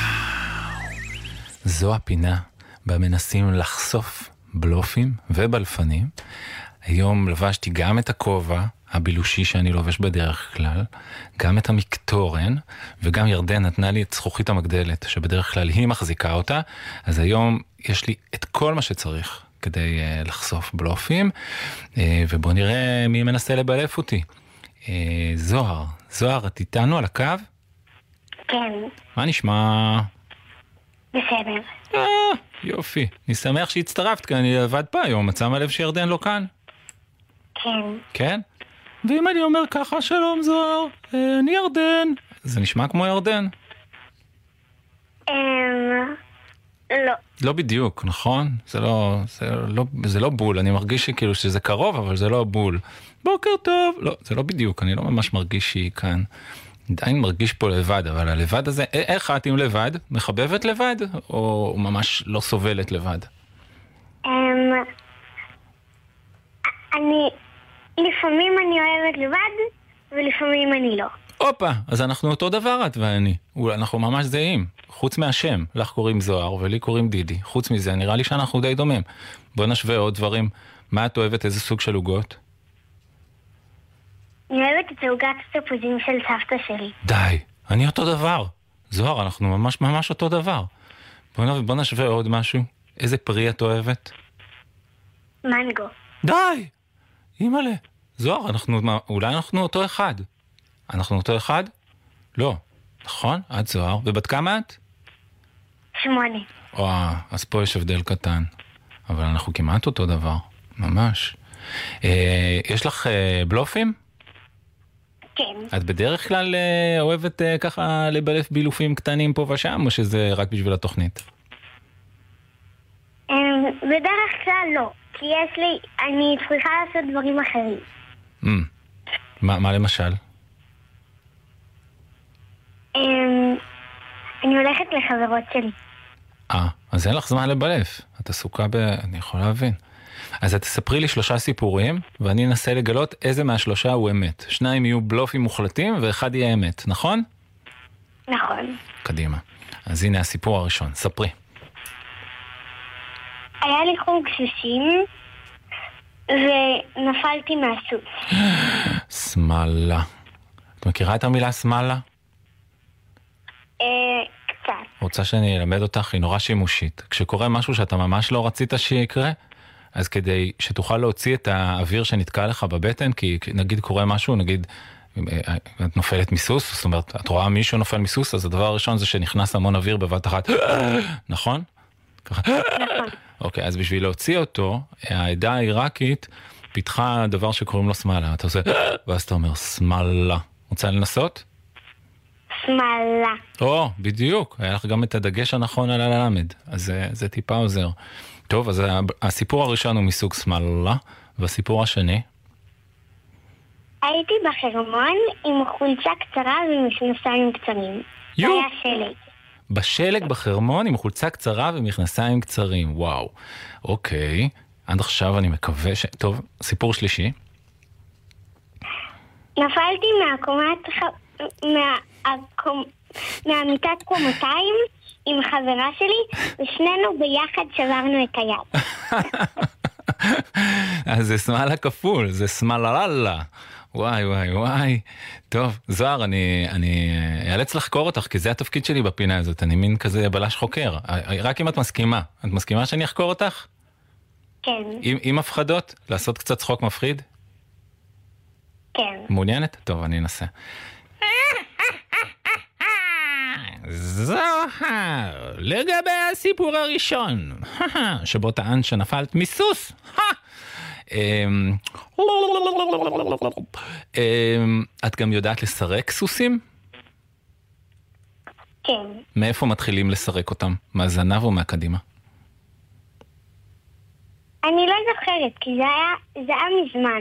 זו הפינה בה מנסים לחשוף בלופים ובלפנים. היום לבשתי גם את הכובע הבילושי שאני לובש בדרך כלל, גם את המקטורן, וגם ירדן נתנה לי את זכוכית המגדלת, שבדרך כלל היא מחזיקה אותה, אז היום יש לי את כל מה שצריך כדי uh, לחשוף בלופים, uh, ובוא נראה מי מנסה לבלף אותי. Uh, זוהר, זוהר, את איתנו על הקו? כן, מה נשמע? בסדר. אה, יופי. אני שמח שהצטרפת, כי אני לבד פה היום. את שמה לב שירדן לא כאן? כן. כן? ואם אני אומר ככה, שלום זוהר, אה, אני ירדן. זה נשמע כמו ירדן? אמ... לא. לא בדיוק, נכון? זה לא, זה לא, זה לא בול. אני מרגיש שכאילו שזה קרוב, אבל זה לא בול. בוקר טוב. לא, זה לא בדיוק. אני לא ממש מרגיש שהיא כאן. עדיין מרגיש פה לבד, אבל הלבד הזה, איך את עם לבד? מחבבת לבד? או ממש לא סובלת לבד? אמ... אני... לפעמים אני אוהבת לבד, ולפעמים אני לא. אופה, אז אנחנו אותו דבר את ואני. אנחנו ממש זהים. חוץ מהשם, לך קוראים זוהר ולי קוראים דידי. חוץ מזה, נראה לי שאנחנו די דומים. בוא נשווה עוד דברים. מה את אוהבת? איזה סוג של עוגות? אני אוהבת את עוגת התפוזים של סבתא שלי. די, אני אותו דבר. זוהר, אנחנו ממש ממש אותו דבר. בוא, בוא נשווה עוד משהו. איזה פרי את אוהבת? מנגו. די! אימא'לה. זוהר, אנחנו, אולי אנחנו אותו אחד. אנחנו אותו אחד? לא. נכון? את זוהר. ובת כמה את? שמונה. וואה, אז פה יש הבדל קטן. אבל אנחנו כמעט אותו דבר. ממש. אה, יש לך אה, בלופים? כן. את בדרך כלל אה, אוהבת אה, ככה לבלף בילופים קטנים פה ושם, או שזה רק בשביל התוכנית? בדרך כלל לא. כי יש לי, אני צריכה לעשות דברים אחרים. Mm. מה, מה למשל? אני הולכת לחברות שלי. אה, אז אין לך זמן לבלף. את עסוקה ב... אני יכול להבין. אז את תספרי לי שלושה סיפורים, ואני אנסה לגלות איזה מהשלושה הוא אמת. שניים יהיו בלופים מוחלטים, ואחד יהיה אמת, נכון? נכון. קדימה. אז הנה הסיפור הראשון. ספרי. היה לי חוג סוסים, ונפלתי מהסוס. סמלה. את מכירה את המילה סמלה? אה, קצת. רוצה שאני אלמד אותך, היא נורא שימושית. כשקורה משהו שאתה ממש לא רצית שיקרה, אז כדי שתוכל להוציא את האוויר שנתקע לך בבטן, כי נגיד קורה משהו, נגיד את נופלת מסוס, זאת אומרת, את רואה מישהו נופל מסוס, אז הדבר הראשון זה שנכנס המון אוויר בבת אחת. נכון? נכון. אוקיי, אז בשביל להוציא אותו, העדה העיראקית פיתחה דבר שקוראים לו סמלה. אתה עושה, ואז אתה אומר, סמלה. רוצה לנסות? סמלה. או, בדיוק. היה לך גם את הדגש הנכון על הלמד. אז זה, זה טיפה עוזר. טוב, אז הסיפור הראשון הוא מסוג סמלה, והסיפור השני? הייתי בחרמון עם חולצה קצרה ומכנסיים קצרים. יו. היה שלג. בשלג בחרמון עם חולצה קצרה ומכנסיים קצרים. וואו. אוקיי. עד עכשיו אני מקווה ש... טוב, סיפור שלישי. נפלתי מהקומת... מהקומ... מהמיטת קומותיים עם חברה שלי, ושנינו ביחד שברנו את היד. אז זה סמלה כפול, זה סמלללה. וואי וואי וואי. טוב, זוהר, אני, אני אאלץ לחקור אותך, כי זה התפקיד שלי בפינה הזאת. אני מין כזה בלש חוקר. רק אם את מסכימה. את מסכימה שאני אחקור אותך? כן. עם, עם הפחדות? לעשות קצת צחוק מפחיד? כן. מעוניינת? טוב, אני אנסה. זוהר, לגבי הסיפור הראשון, שבו טען שנפלת מסוס. את גם יודעת לסרק סוסים? כן. מאיפה מתחילים לסרק אותם? מהזנב או מהקדימה? אני לא זוכרת, כי זה היה, זה היה מזמן.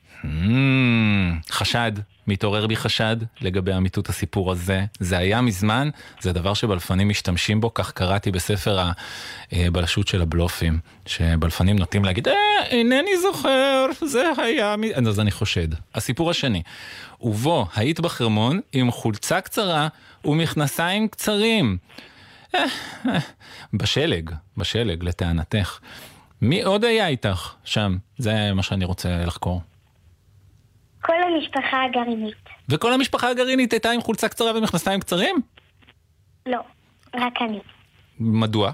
חשד, מתעורר בי חשד לגבי אמיתות הסיפור הזה. זה היה מזמן, זה דבר שבלפנים משתמשים בו, כך קראתי בספר הבלשות של הבלופים, שבלפנים נוטים להגיד, אה, אינני זוכר, זה היה... אז אני חושד. הסיפור השני, ובו היית בחרמון עם חולצה קצרה ומכנסיים קצרים. בשלג, בשלג, לטענתך. מי עוד היה איתך שם? זה מה שאני רוצה לחקור. כל המשפחה הגרעינית. וכל המשפחה הגרעינית הייתה עם חולצה קצרה ומכנסיים קצרים? לא, רק אני. מדוע?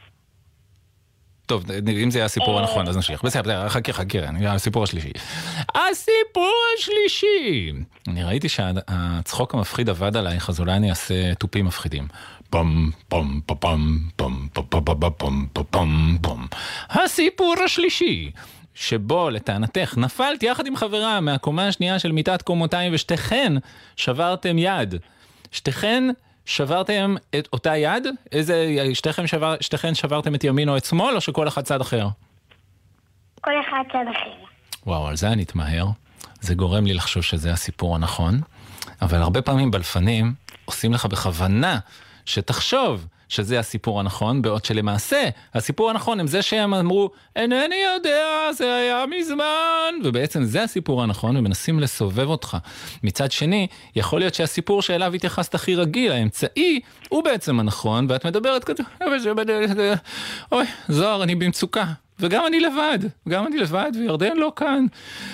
טוב, אם זה היה הסיפור הנכון, אז נשליח. בסדר, חכה, חכה, הסיפור השלישי. הסיפור השלישי! אני ראיתי שהצחוק המפחיד עבד עלייך, אז אולי אני אעשה טופים מפחידים. פום, פום, פום, פום, פום, פום, פום, פום, פום, פום. הסיפור השלישי, שבו לטענתך נפלת יחד עם חברה מהקומה השנייה של מיטת קומותיים, ושתיכן שברתם יד. שתיכן שברתם את אותה יד? איזה, שתיכן, שבר, שתיכן שברתם את ימין או את שמאל, או שכל אחד צד אחר? כל אחד צד אחר. וואו, על זה אני אתמהר. זה גורם לי לחשוב שזה הסיפור הנכון. אבל הרבה פעמים בלפנים עושים לך בכוונה שתחשוב שזה הסיפור הנכון, בעוד שלמעשה הסיפור הנכון הם זה שהם אמרו, אינני יודע, זה היה מזמן, ובעצם זה הסיפור הנכון, ומנסים לסובב אותך. מצד שני, יכול להיות שהסיפור שאליו התייחסת הכי רגיל, האמצעי, הוא בעצם הנכון, ואת מדברת כזה, אוי, זוהר, אני במצוקה, וגם אני לבד, גם אני לבד, וירדן לא כאן.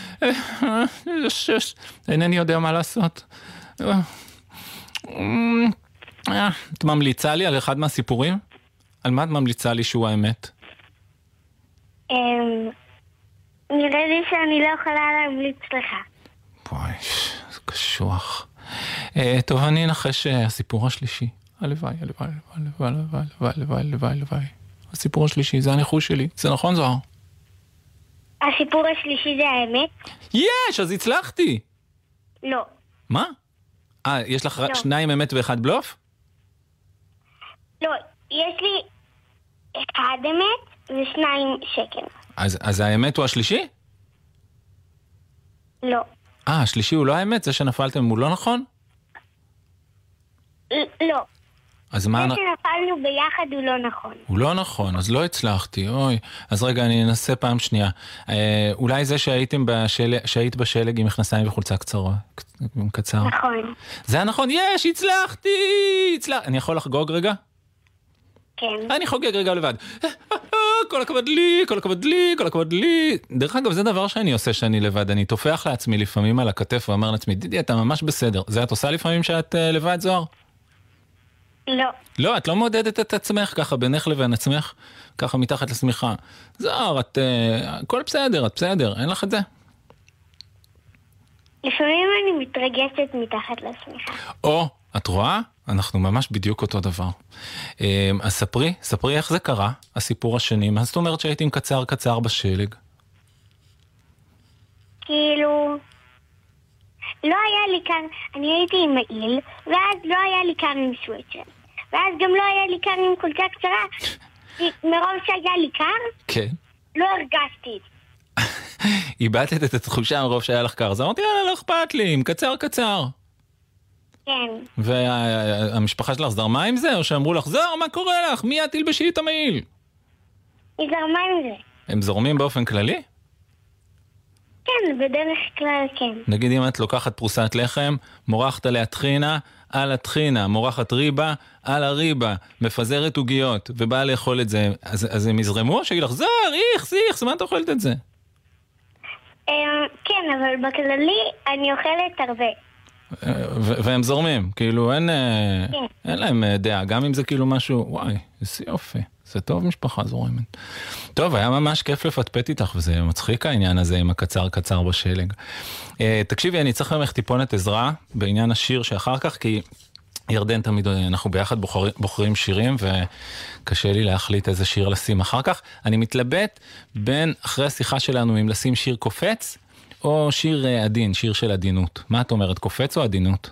אינני יודע מה לעשות. את ממליצה לי על אחד מהסיפורים? על מה את ממליצה לי שהוא האמת? נראה לי שאני לא יכולה להמליץ לך. בואי, זה קשוח. טוב, אני אנחש הסיפור השלישי. הלוואי, הלוואי, הלוואי, הלוואי, הלוואי, הלוואי, הלוואי. הסיפור השלישי, זה הניחוש שלי. זה נכון, זוהר? הסיפור השלישי זה האמת? יש, אז הצלחתי. לא. מה? אה, יש לך רק שניים אמת ואחד בלוף? לא, יש לי אחד אמת ושניים שקר. אז, אז האמת הוא השלישי? לא. אה, השלישי הוא לא האמת? זה שנפלתם הוא לא נכון? לא. אז מה... זה שנפלנו ביחד הוא לא נכון. הוא לא נכון, אז לא הצלחתי, אוי. אז רגע, אני אנסה פעם שנייה. אה, אולי זה שהייתם בשלג, שהיית בשלג עם מכנסיים וחולצה קצרה. קצר. נכון. זה היה נכון, יש, הצלחתי! הצלח... אני יכול לחגוג רגע? כן. אני חוגג רגע לבד. כל הכבוד לי, כל הכבוד לי, כל הכבוד לי. דרך אגב, זה דבר שאני עושה שאני לבד. אני תופח לעצמי לפעמים על הכתף ואומר לעצמי, דידי, אתה ממש בסדר. זה את עושה לפעמים שאת uh, לבד, זוהר? לא. לא, את לא מעודדת את עצמך ככה בינך לבין עצמך, ככה מתחת לשמיכה. זוהר, את... Uh, הכל בסדר, את בסדר, אין לך את זה? לפעמים אני מתרגשת מתחת לשמיכה. או, את רואה? אנחנו ממש בדיוק אותו דבר. אז ספרי, ספרי איך זה קרה, הסיפור השני. מה זאת אומרת שהייתי עם קצר קצר בשלג? כאילו, לא היה לי כאן, אני הייתי עם מעיל, ואז לא היה לי כאן עם סוויצ'ר. ואז גם לא היה לי כאן עם חולצה קצרה. מרוב שהיה לי קר, כן. לא הרגשתי. איבדת את התחושה מרוב שהיה לך קר. אז אמרתי, לא אכפת לי, עם קצר קצר. כן. והמשפחה שלך זרמה עם זה? או שאמרו לך, זוהר, מה קורה לך? מי את תלבשי את המעיל? היא זרמה עם זה. הם זורמים באופן כללי? כן, בדרך כלל כן. נגיד אם את לוקחת פרוסת לחם, מורחת עליה טחינה, על הטחינה, מורחת ריבה, על הריבה, מפזרת עוגיות, ובאה לאכול את זה, אז, אז הם יזרמו? שיגיד לך, זוהר, איכס, איכס, מה את אוכלת את זה? כן, אבל בכללי אני אוכלת הרבה. והם זורמים, כאילו אין, אין להם דעה, גם אם זה כאילו משהו, וואי, זה יופי, זה טוב משפחה זורמת. טוב, היה ממש כיף לפטפט איתך, וזה מצחיק העניין הזה עם הקצר קצר בשלג. תקשיבי, אני צריך ממך טיפונת עזרה בעניין השיר שאחר כך, כי ירדן תמיד, אנחנו ביחד בוחרים, בוחרים שירים, וקשה לי להחליט איזה שיר לשים אחר כך. אני מתלבט בין, אחרי השיחה שלנו, אם לשים שיר קופץ, או שיר עדין, שיר של עדינות. מה את אומרת, קופץ או עדינות?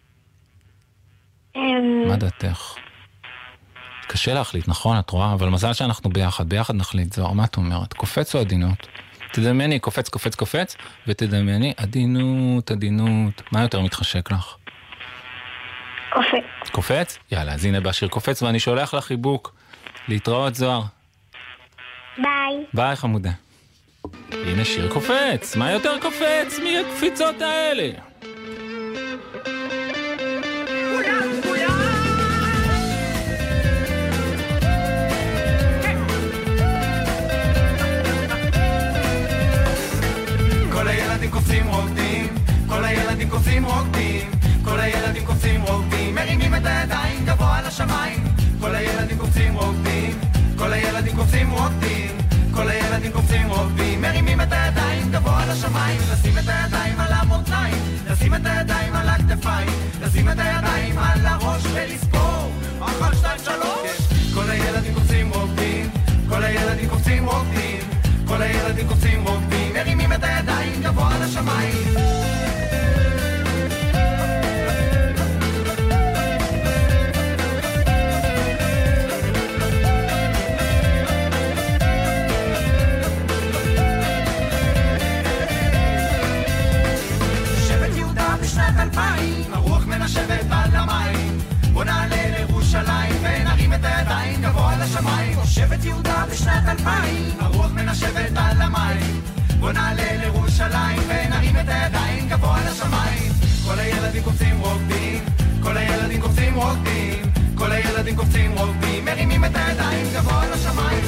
מה דעתך? קשה להחליט, נכון, את רואה, אבל מזל שאנחנו ביחד, ביחד נחליט, זוהר, מה את אומרת? קופץ או עדינות? תדמייני, קופץ, קופץ, קופץ, ותדמייני, עדינות, עדינות. מה יותר מתחשק לך? קופץ. קופץ? יאללה, אז הנה בשיר קופץ, ואני שולח לך חיבוק. להתראות, זוהר. ביי. ביי, חמודה. הנה שיר קופץ, מה יותר קופץ מהקפיצות האלה? כל הילדים קופצים רוקדים, כל הילדים קופצים רוקדים, כל הילדים קופצים רוקדים, מרימים את הידיים גבוה לשמיים. כל הילדים קופצים רוקדים, כל הילדים קופצים רוקדים, כל הילדים קופצים רוקדים, מרימים את הידיים גבוה לשמיים. לשים את הידיים על המותניים, לשים את הידיים על הכתפיים, לשים את הידיים על הראש ולספור אחת, שתיים, שלוש. כל הילדים קופצים רוקדים, כל הילדים קופצים רוקדים, כל הילדים קופצים רוקדים, מרימים את הידיים גבוה לשמיים. הרוח מנשבת על המים, בוא נעלה לירושלים ונרים את הידיים גבוה לשמיים. שבט יהודה בשנת אלפיים, הרוח מנשבת על המים, בוא נעלה לירושלים ונרים את הידיים גבוה לשמיים. כל הילדים קופצים רוקדים, כל הילדים קופצים רוקדים, כל הילדים קופצים רוקדים, מרימים את הידיים גבוה לשמיים.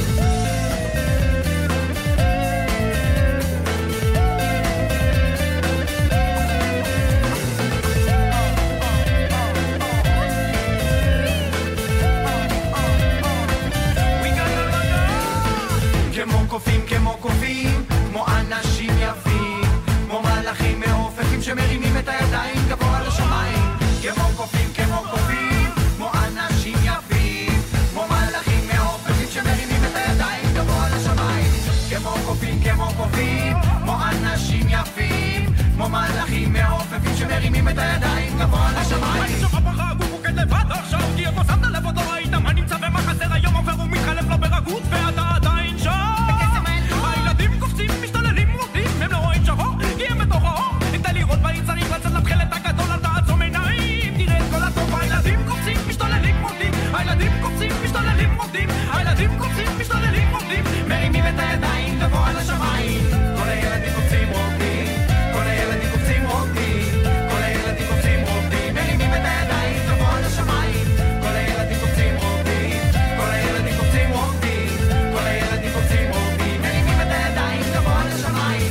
מרימים את הידיים גבוה לשמיים. אני שוב הפכה הגוף הוא כד לבד עכשיו, כי איפה שמת לב עוד לא ראית מה נמצא ומה חסר היום עובר ומתחלף לו ברגות ואתה עדיין שם. הילדים קופצים, משתוללים, רוקדים, הם לא רואים שחור, כי הם בתוך האור. כדי לראות מה צריך לצאת לתחילת הגדול, אל תעצום עיניים, תראה את כל הטוב. הילדים קופצים, משתוללים, רוקדים, הילדים קופצים, משתוללים, רוקדים, הילדים קופצים, משתוללים, רוקדים, מרימים את הידיים גבוה לשמיים. כל הילדים קופצים, רוקדים, כל הילדים קופצים, רוקדים, כל הילדים קופצים, רוקדים, מרימים את הידיים גבוה לשמיים. כל הילדים קופצים, רוקדים, כל הילדים קופצים, רוקדים, כל הילדים קופצים, רוקדים, מרימים את הידיים גבוה לשמיים.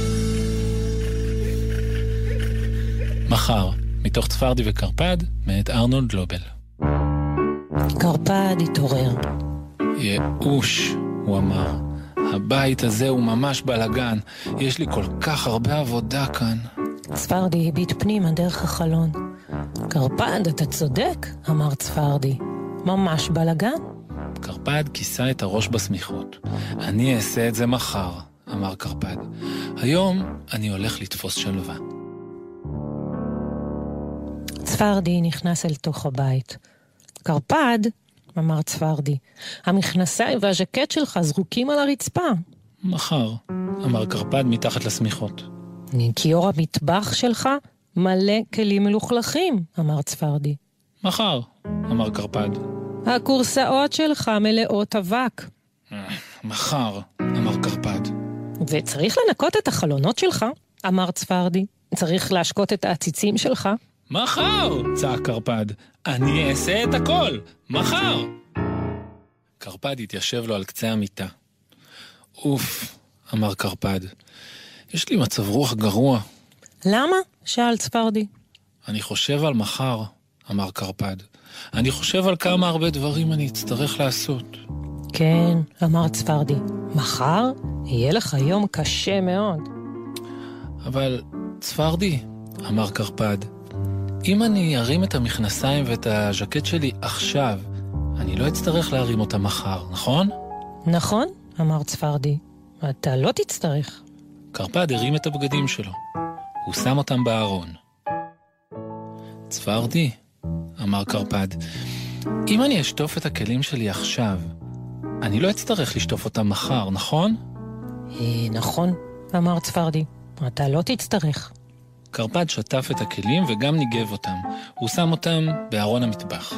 מחר, מתוך צפרדי וקרפד, מאת ארנולד לובל. קרפד התעורר. ייאוש, הוא אמר. הבית הזה הוא ממש בלגן. יש לי כל כך הרבה עבודה כאן. צפרדי הביט פנימה דרך החלון. קרפד, אתה צודק, אמר צפרדי. ממש בלגן. קרפד כיסה את הראש בסמיכות. אני אעשה את זה מחר, אמר קרפד. היום אני הולך לתפוס שלווה. צפרדי נכנס אל תוך הבית. קרפד, אמר צפרדי, המכנסיים והז'קט שלך זרוקים על הרצפה. מחר, אמר קרפד מתחת לסמיכות. כיור המטבח שלך מלא כלים מלוכלכים, אמר צפרדי. מחר, אמר קרפד. הקורסאות שלך מלאות אבק. מחר, אמר קרפד. וצריך לנקות את החלונות שלך, אמר צפרדי. צריך להשקות את העציצים שלך. מחר, צעק קרפד. אני אעשה את הכל. מחר. קרפד התיישב לו על קצה המיטה. אוף, אמר קרפד. יש לי מצב רוח גרוע. למה? שאל צפרדי. אני חושב על מחר, אמר קרפד. אני חושב על כמה הרבה דברים אני אצטרך לעשות. כן, אמר צפרדי. מחר יהיה לך יום קשה מאוד. אבל צפרדי, אמר קרפד, אם אני ארים את המכנסיים ואת הז'קט שלי עכשיו, אני לא אצטרך להרים אותם מחר, נכון? נכון, אמר צפרדי. אתה לא תצטרך. קרפד הרים את הבגדים שלו. הוא שם אותם בארון. צפרדי, אמר קרפד, אם אני אשטוף את הכלים שלי עכשיו, אני לא אצטרך לשטוף אותם מחר, נכון? אה, נכון, אמר צפרדי. אתה לא תצטרך. קרפד שטף את הכלים וגם ניגב אותם. הוא שם אותם בארון המטבח.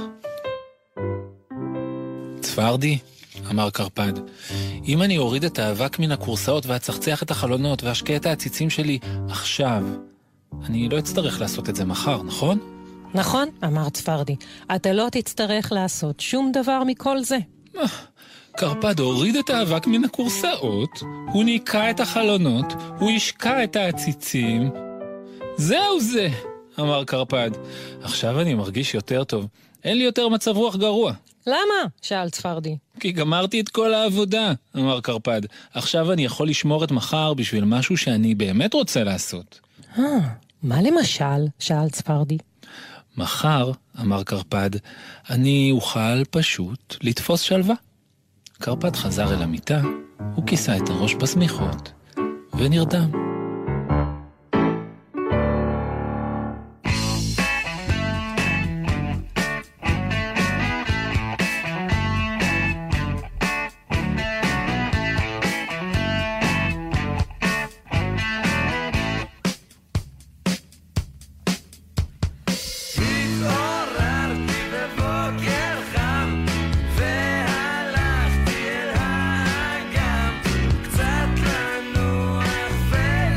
צפרדי, אמר קרפד, אם אני אוריד את האבק מן הקורסאות ואצחצח את החלונות ואשקה את העציצים שלי עכשיו, אני לא אצטרך לעשות את זה מחר, נכון? נכון, אמר צפרדי. אתה לא תצטרך לעשות שום דבר מכל זה. קרפד הוריד את האבק מן הקורסאות, הוא ניקה את החלונות, הוא השקה את העציצים. זהו זה, אמר קרפד. עכשיו אני מרגיש יותר טוב. אין לי יותר מצב רוח גרוע. למה? שאל צפרדי. כי גמרתי את כל העבודה, אמר קרפד. עכשיו אני יכול לשמור את מחר בשביל משהו שאני באמת רוצה לעשות. אה, מה למשל? שאל צפרדי. מחר, אמר קרפד, אני אוכל פשוט לתפוס שלווה. קרפד חזר אל המיטה, הוא כיסה את הראש בסמיכות ונרדם. קצת לנוח ו...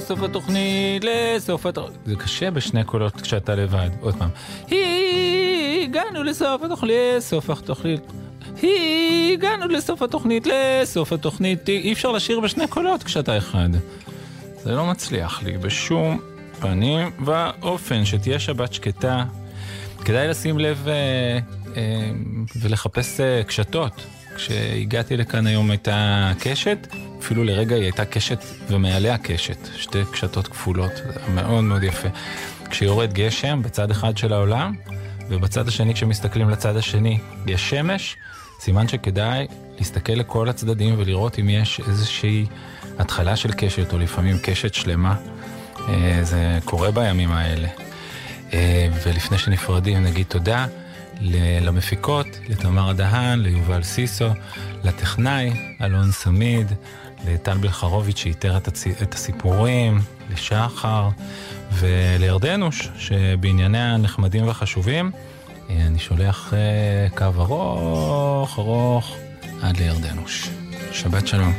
לסוף התוכנית, לסוף התוכנית. זה קשה בשני קולות כשאתה לבד. עוד פעם. הגענו לסוף התוכנית, לסוף התוכנית. הגענו לסוף התוכנית, לסוף התוכנית. אי אפשר לשיר בשני קולות כשאתה אחד. זה לא מצליח לי בשום פנים ואופן. שתהיה שבת שקטה. כדאי לשים לב אה, אה, ולחפש אה, קשתות. כשהגעתי לכאן היום הייתה קשת, אפילו לרגע היא הייתה קשת ומעליה קשת, שתי קשתות כפולות, מאוד מאוד יפה. כשיורד גשם בצד אחד של העולם, ובצד השני כשמסתכלים לצד השני יש שמש, סימן שכדאי להסתכל לכל הצדדים ולראות אם יש איזושהי התחלה של קשת, או לפעמים קשת שלמה. זה קורה בימים האלה. ולפני שנפרדים נגיד תודה למפיקות, לתמר הדהן, ליובל סיסו, לטכנאי, אלון סמיד, לטל בלחרוביץ' שאיתר את הסיפורים, לשחר ולירדנוש שבענייניה נחמדים וחשובים. אני שולח קו ארוך ארוך עד לירדנוש. שבת שלום.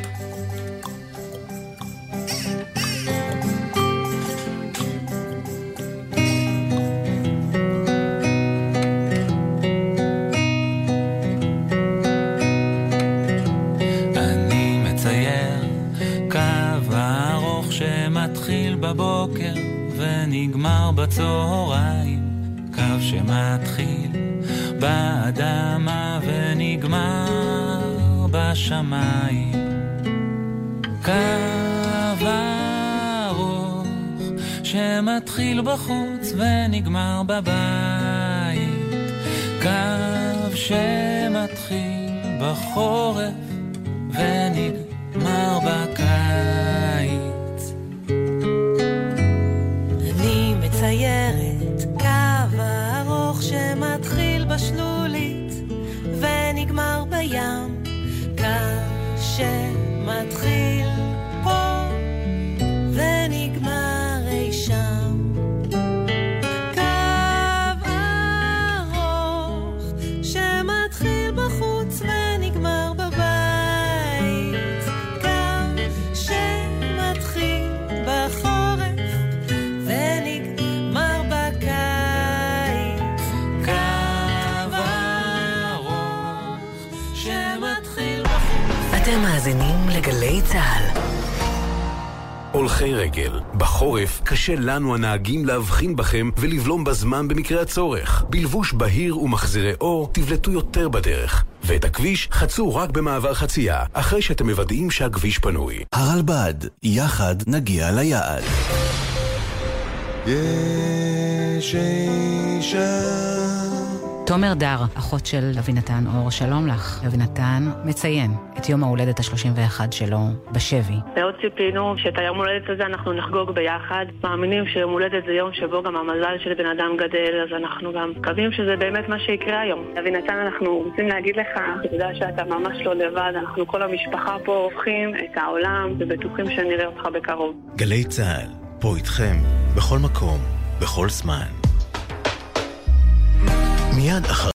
בבוקר ונגמר בצהריים, קו שמתחיל באדמה ונגמר בשמיים, קו ארוך שמתחיל בחוץ ונגמר בבית, קו שמתחיל בחורף ונגמר בקיץ. ציירת, קו ארוך שמתחיל בשלולית ונגמר בים, קו שמתחיל פה ונגמר אי שם, קו ארוך שמתחיל בחוץ ונגמר בבית, קו שמתחיל בחורף אתם מאזינים לגלי צהל. הולכי רגל. בחורף קשה לנו הנהגים להבחין בכם ולבלום בזמן במקרה הצורך. בלבוש בהיר ומחזירי אור תבלטו יותר בדרך. ואת הכביש חצו רק במעבר חצייה, אחרי שאתם מוודאים שהכביש פנוי. הרלב"ד, יחד נגיע ליעד. יש אישה תומר דר, אחות של אבינתן אור, שלום לך. אבינתן מציין את יום ההולדת ה-שלושים ואחת שלו בשבי. מאוד ציפינו שאת היום הולדת הזה אנחנו נחגוג ביחד. מאמינים שיום הולדת זה יום שבו גם המזל של בן אדם גדל, אז אנחנו גם מקווים שזה באמת מה שיקרה היום. אבינתן, אנחנו רוצים להגיד לך, אתה יודע שאתה ממש לא לבד, אנחנו כל המשפחה פה הופכים את העולם ובטוחים שנראה אותך בקרוב. גלי צהל, פה איתכם, בכל מקום, בכל זמן. מיד אחר